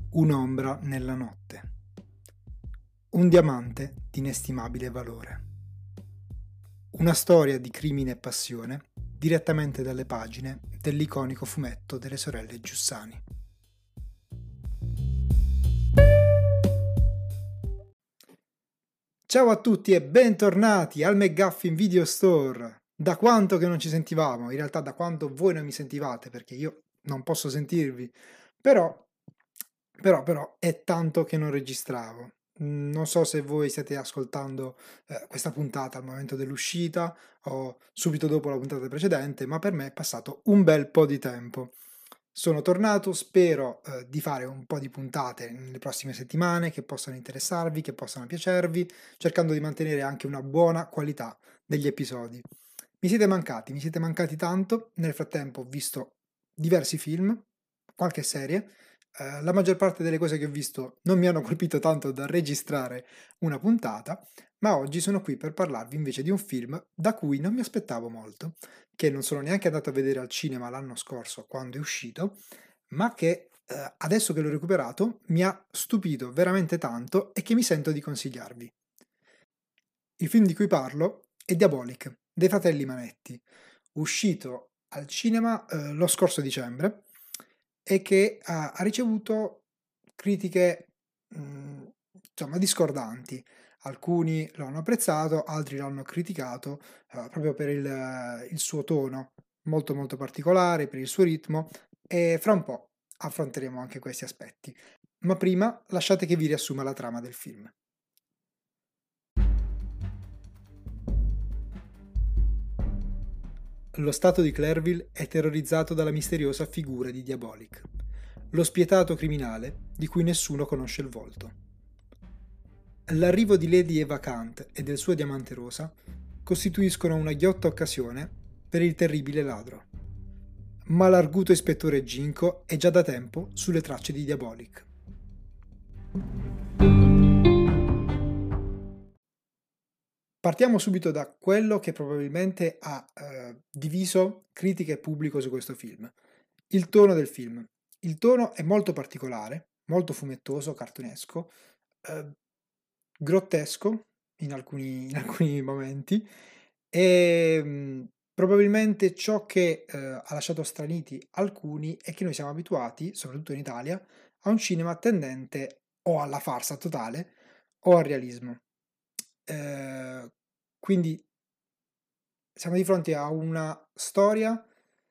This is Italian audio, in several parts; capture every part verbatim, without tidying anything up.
Un'ombra nella notte. Un diamante di inestimabile valore. Una storia di crimine e passione direttamente dalle pagine dell'iconico fumetto delle sorelle Giussani. Ciao a tutti e bentornati al McGuffin Video Store. Da quanto che non ci sentivamo, in realtà da quanto voi non mi sentivate, perché io non posso sentirvi, però, però, però è tanto che non registravo. Non so se voi state ascoltando eh, questa puntata al momento dell'uscita o subito dopo la puntata precedente, ma per me è passato un bel po' di tempo. Sono tornato, spero eh, di fare un po' di puntate nelle prossime settimane che possano interessarvi, che possano piacervi, cercando di mantenere anche una buona qualità degli episodi. Mi siete mancati, mi siete mancati tanto, nel frattempo ho visto diversi film, qualche serie, eh, la maggior parte delle cose che ho visto non mi hanno colpito tanto da registrare una puntata, ma oggi sono qui per parlarvi invece di un film da cui non mi aspettavo molto, che non sono neanche andato a vedere al cinema l'anno scorso quando è uscito, ma che eh, adesso che l'ho recuperato mi ha stupito veramente tanto e che mi sento di consigliarvi. Il film di cui parlo è Diabolic, dei fratelli Manetti, uscito al cinema eh, lo scorso dicembre e che ha, ha ricevuto critiche mh, insomma discordanti. Alcuni lo hanno apprezzato, altri lo hanno criticato eh, proprio per il, il suo tono molto molto particolare, per il suo ritmo e fra un po' affronteremo anche questi aspetti. Ma prima lasciate che vi riassuma la trama del film. Lo stato di Clairville è terrorizzato dalla misteriosa figura di Diabolic, lo spietato criminale di cui nessuno conosce il volto. L'arrivo di Lady Eva Kant e del suo diamante rosa costituiscono una ghiotta occasione per il terribile ladro. Ma l'arguto ispettore Ginko è già da tempo sulle tracce di Diabolic. Partiamo subito da quello che probabilmente ha eh, diviso critica e pubblico su questo film. Il tono del film. Il tono è molto particolare, molto fumettoso, cartunesco, eh, grottesco in alcuni, in alcuni momenti e mh, probabilmente ciò che eh, ha lasciato straniti alcuni è che noi siamo abituati, soprattutto in Italia, a un cinema tendente o alla farsa totale o al realismo. Eh, quindi siamo di fronte a una storia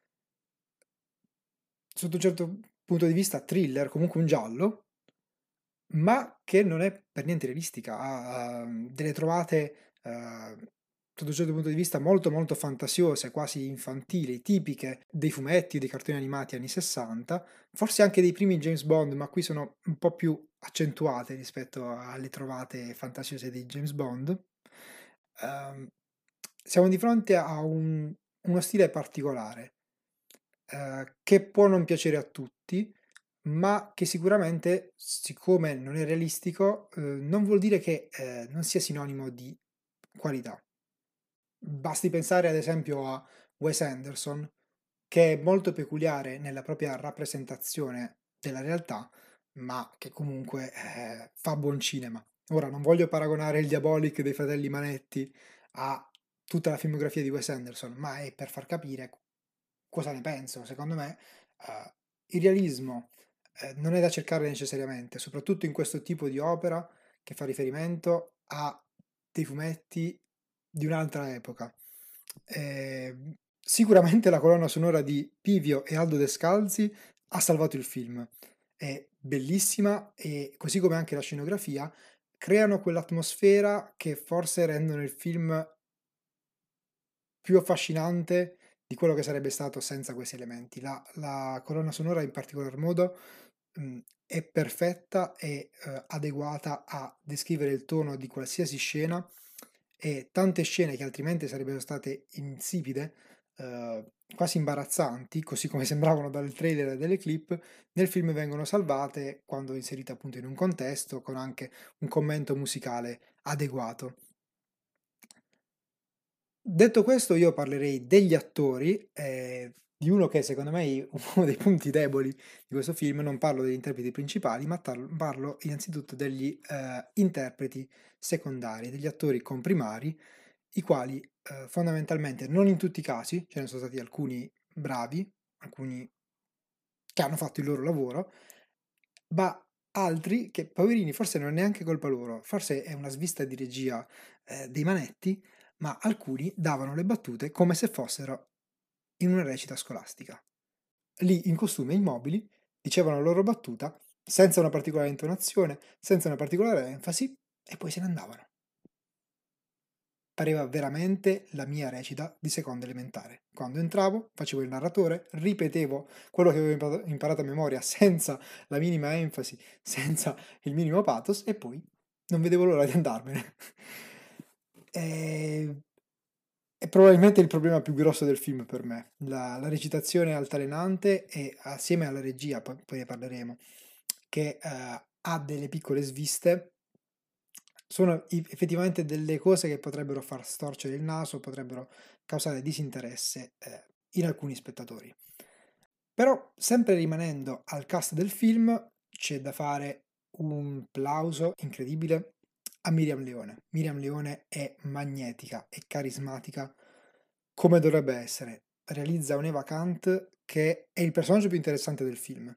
sotto un certo punto di vista thriller, comunque un giallo, ma che non è per niente realistica, ha, ha delle trovate eh, sotto un certo punto di vista molto molto fantasiose, quasi infantili, tipiche dei fumetti, dei cartoni animati anni sessanta, forse anche dei primi James Bond, ma qui sono un po' più accentuate rispetto alle trovate fantasiose di James Bond. Um, siamo di fronte a un, uno stile particolare eh, che può non piacere a tutti, ma che sicuramente, siccome non è realistico, eh, non vuol dire che eh, non sia sinonimo di qualità. Basti pensare ad esempio a Wes Anderson, che è molto peculiare nella propria rappresentazione della realtà, ma che comunque eh, fa buon cinema. Ora, non voglio paragonare il Diabolic dei fratelli Manetti a tutta la filmografia di Wes Anderson, ma è per far capire cosa ne penso. Secondo me eh, il realismo eh, non è da cercare necessariamente, soprattutto in questo tipo di opera che fa riferimento a dei fumetti di un'altra epoca. Eh, sicuramente la colonna sonora di Pivio e Aldo Descalzi ha salvato il film. È bellissima e così come anche la scenografia creano quell'atmosfera che forse rendono il film più affascinante di quello che sarebbe stato senza questi elementi. La, la colonna sonora in particolar modo mh, è perfetta e eh, adeguata a descrivere il tono di qualsiasi scena e tante scene che altrimenti sarebbero state insipide, eh, quasi imbarazzanti, così come sembravano dal trailer e dalle clip, nel film vengono salvate quando inserite appunto in un contesto con anche un commento musicale adeguato. Detto questo, io parlerei degli attori, ehm, di uno che secondo me è uno dei punti deboli di questo film. Non parlo degli interpreti principali, ma tar parlo innanzitutto degli, ehm, interpreti secondari, degli attori comprimari, i quali, ehm, fondamentalmente, non in tutti i casi, ce ne sono stati alcuni bravi, alcuni che hanno fatto il loro lavoro, ma altri che, poverini, forse non è neanche colpa loro, forse è una svista di regia, ehm, dei manetti, ma alcuni davano le battute come se fossero in una recita scolastica. Lì in costume immobili, dicevano la loro battuta senza una particolare intonazione, senza una particolare enfasi e poi se ne andavano. Pareva veramente la mia recita di seconda elementare. Quando entravo, facevo il narratore, ripetevo quello che avevo impara- imparato a memoria senza la minima enfasi, senza il minimo pathos e poi non vedevo l'ora di andarmene. E è probabilmente il problema più grosso del film per me. La, la recitazione altalenante e assieme alla regia, poi, poi ne parleremo, che eh, ha delle piccole sviste, sono i- effettivamente delle cose che potrebbero far storcere il naso, potrebbero causare disinteresse eh, in alcuni spettatori. Però, sempre rimanendo al cast del film, c'è da fare un plauso incredibile a Miriam Leone. Miriam Leone è magnetica e carismatica come dovrebbe essere. Realizza un Eva Kant che è il personaggio più interessante del film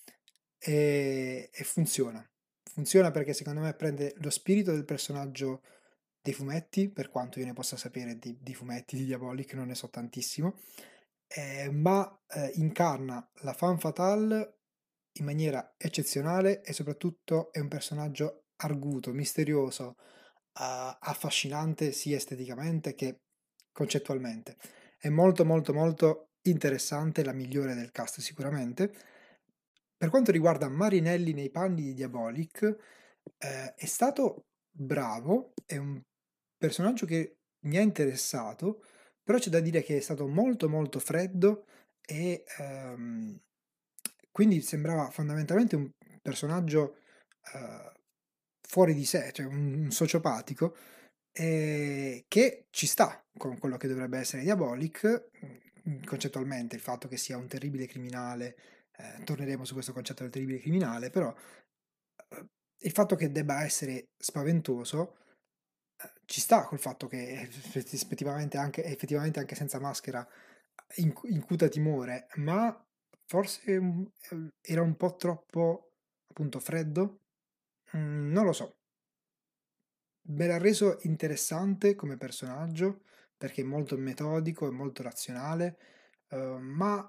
e, e funziona. Funziona perché secondo me prende lo spirito del personaggio dei fumetti, per quanto io ne possa sapere di, di fumetti di Diabolic, non ne so tantissimo, eh, ma eh, incarna la femme fatale in maniera eccezionale e soprattutto è un personaggio arguto, misterioso, uh, affascinante sia esteticamente che concettualmente. È molto molto molto interessante, la migliore del cast sicuramente. Per quanto riguarda Marinelli nei panni di Diabolic, eh, è stato bravo, è un personaggio che mi ha interessato, però c'è da dire che è stato molto molto freddo e ehm, quindi sembrava fondamentalmente un personaggio eh, fuori di sé, cioè un, un sociopatico, eh, che ci sta con quello che dovrebbe essere Diabolic, mm, concettualmente il fatto che sia un terribile criminale, eh, torneremo su questo concetto del terribile criminale, però eh, il fatto che debba essere spaventoso eh, ci sta col fatto che effett- effettivamente anche, effettivamente anche senza maschera inc- incuta timore, ma forse mm, eh, era un po' troppo appunto freddo. Mm, non lo so. Me l'ha reso interessante come personaggio perché è molto metodico e molto razionale, eh, ma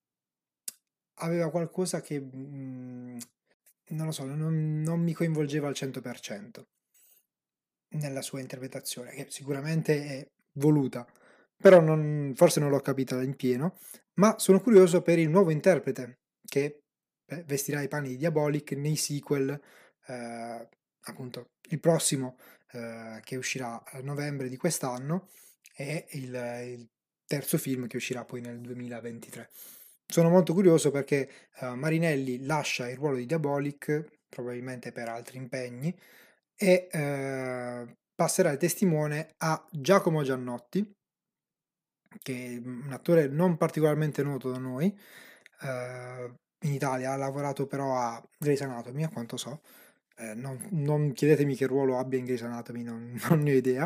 aveva qualcosa che mm, non lo so, non, non mi coinvolgeva al cento per cento nella sua interpretazione, che sicuramente è voluta, però non- forse non l'ho capita in pieno, ma sono curioso per il nuovo interprete che beh, vestirà i panni di Diabolic nei sequel, eh, appunto il prossimo eh, che uscirà a novembre di quest'anno e il, il terzo film che uscirà poi nel duemilaventitré. Sono molto curioso perché eh, Marinelli lascia il ruolo di Diabolic, probabilmente per altri impegni, e eh, passerà il testimone a Giacomo Giannotti, che è un attore non particolarmente noto da noi, eh, in Italia, ha lavorato però a Grey's Anatomy, a quanto so. Eh, non, non chiedetemi che ruolo abbia in Grey's Anatomy, non, non ne ho idea.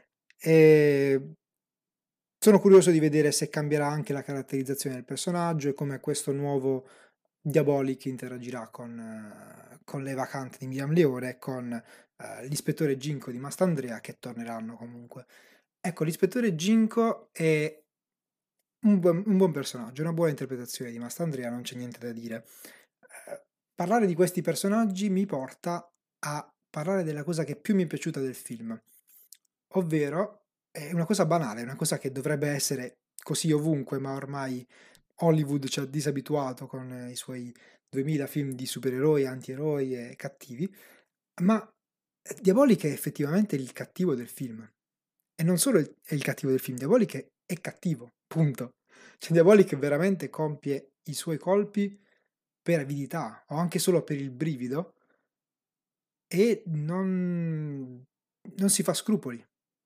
E sono curioso di vedere se cambierà anche la caratterizzazione del personaggio e come questo nuovo Diabolic interagirà con, eh, con le vacanze di Miriam Leone e con eh, l'ispettore Ginko di Mastandrea che torneranno comunque. Ecco, l'ispettore Ginko è un buon, un buon personaggio, una buona interpretazione di Mastandrea, non c'è niente da dire. Eh, parlare di questi personaggi mi porta a parlare della cosa che più mi è piaciuta del film, ovvero è una cosa banale, una cosa che dovrebbe essere così ovunque, ma ormai Hollywood ci ha disabituato con eh, i suoi duemila film di supereroi, antieroi e cattivi, ma eh, Diabolic è effettivamente il cattivo del film. E non solo è il cattivo del film, Diabolic è, è cattivo, punto. Cioè Diabolic veramente compie i suoi colpi per avidità o anche solo per il brivido e non, non si fa scrupoli.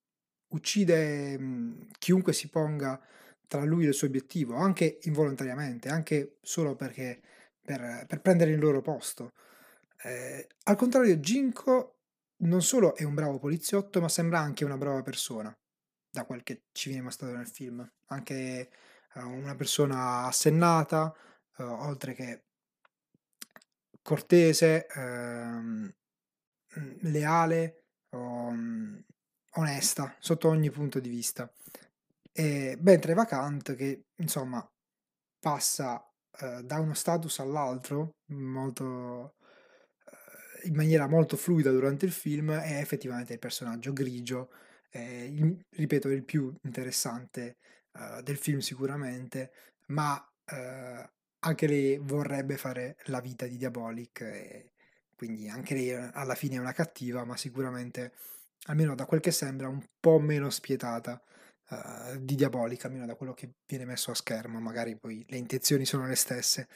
uccide mh, chiunque si ponga tra lui e il suo obiettivo, anche involontariamente, anche solo perché per, per prendere il loro posto. Eh, al contrario, Ginko non solo è un bravo poliziotto, ma sembra anche una brava persona, da quel che ci viene mostrato nel film. Anche eh, una persona assennata, eh, oltre che cortese, ehm, mm, leale, um, onesta, sotto ogni punto di vista. E, mentre Vacant, che insomma passa eh, da uno status all'altro molto, eh, in maniera molto fluida durante il film, è effettivamente il personaggio grigio, eh, il- ripeto, il più interessante eh, del film sicuramente, ma eh, anche lei vorrebbe fare la vita di Diabolic, e quindi anche lei eh, alla fine è una cattiva, ma sicuramente, almeno da quel che sembra, un po' meno spietata eh, di Diabolic, almeno da quello che viene messo a schermo, magari poi le intenzioni sono le stesse.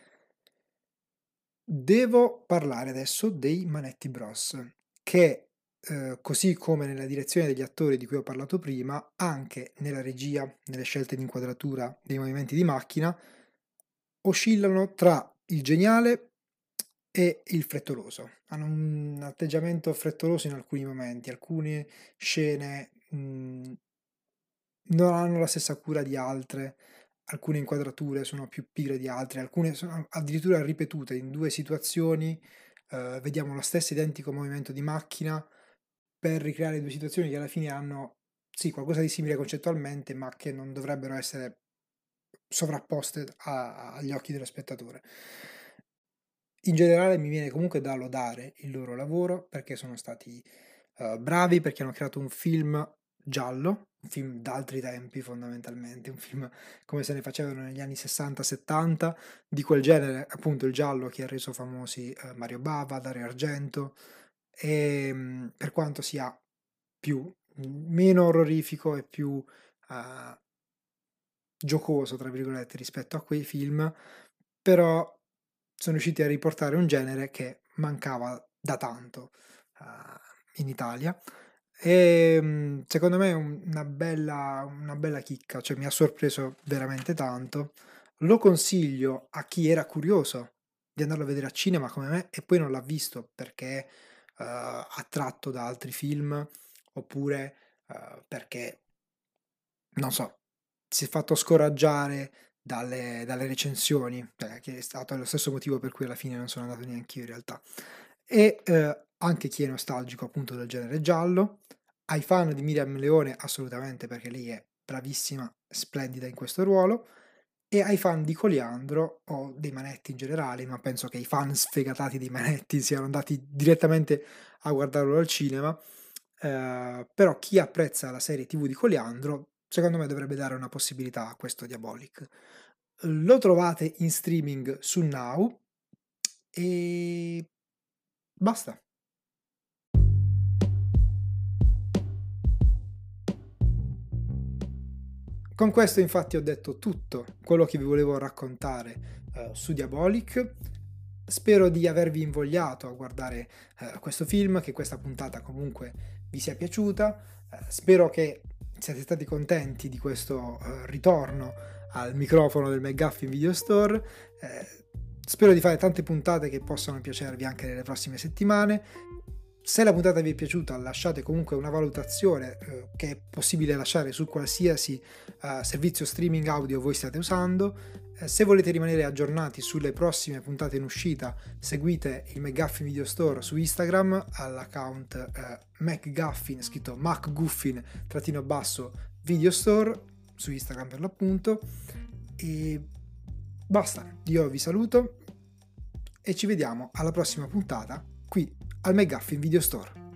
Devo parlare adesso dei Manetti Bros, che eh, così come nella direzione degli attori di cui ho parlato prima, anche nella regia, nelle scelte di inquadratura dei movimenti di macchina, oscillano tra il geniale e il frettoloso. Hanno un atteggiamento frettoloso in alcuni momenti, alcune scene mh, non hanno la stessa cura di altre, alcune inquadrature sono più pigre di altre, alcune sono addirittura ripetute in due situazioni, eh, vediamo lo stesso identico movimento di macchina per ricreare due situazioni che alla fine hanno sì qualcosa di simile concettualmente, ma che non dovrebbero essere sovrapposte a- agli occhi dello spettatore. In generale mi viene comunque da lodare il loro lavoro perché sono stati uh, bravi, perché hanno creato un film giallo, un film d'altri tempi fondamentalmente, un film come se ne facevano negli anni sessanta settanta, di quel genere appunto il giallo che ha reso famosi uh, Mario Bava, Dario Argento, e um, per quanto sia più, meno orrorifico e più uh, giocoso, tra virgolette, rispetto a quei film, però sono riusciti a riportare un genere che mancava da tanto uh, in Italia e um, secondo me è un, una, bella, una bella chicca, cioè mi ha sorpreso veramente tanto. Lo consiglio a chi era curioso di andarlo a vedere a cinema come me e poi non l'ha visto perché uh, attratto da altri film oppure uh, perché non so, si è fatto scoraggiare dalle, dalle recensioni, eh, che è stato lo stesso motivo per cui alla fine non sono andato neanche io in realtà. E eh, anche chi è nostalgico appunto del genere giallo, ai fan di Miriam Leone assolutamente perché lei è bravissima, splendida in questo ruolo, e ai fan di Coliandro o dei Manetti in generale, ma penso che i fan sfegatati dei Manetti siano andati direttamente a guardarlo al cinema, eh, però chi apprezza la serie tivù di Coliandro secondo me dovrebbe dare una possibilità a questo Diabolic. Lo trovate in streaming su Now e basta. Con questo infatti ho detto tutto quello che vi volevo raccontare eh, su Diabolic. Spero di avervi invogliato a guardare eh, questo film, che questa puntata comunque vi sia piaciuta. Eh, spero che siate stati contenti di questo eh, ritorno al microfono del McGuffin Video Store. Eh, spero di fare tante puntate che possano piacervi anche nelle prossime settimane. Se la puntata vi è piaciuta lasciate comunque una valutazione eh, che è possibile lasciare su qualsiasi eh, servizio streaming audio voi stiate usando. Eh, se volete rimanere aggiornati sulle prossime puntate in uscita seguite il McGuffin Video Store su Instagram all'account eh, McGuffin, scritto MacGuffin trattino basso Video Store su Instagram per l'appunto. E basta, io vi saluto e ci vediamo alla prossima puntata qui al McGuffin Video Store.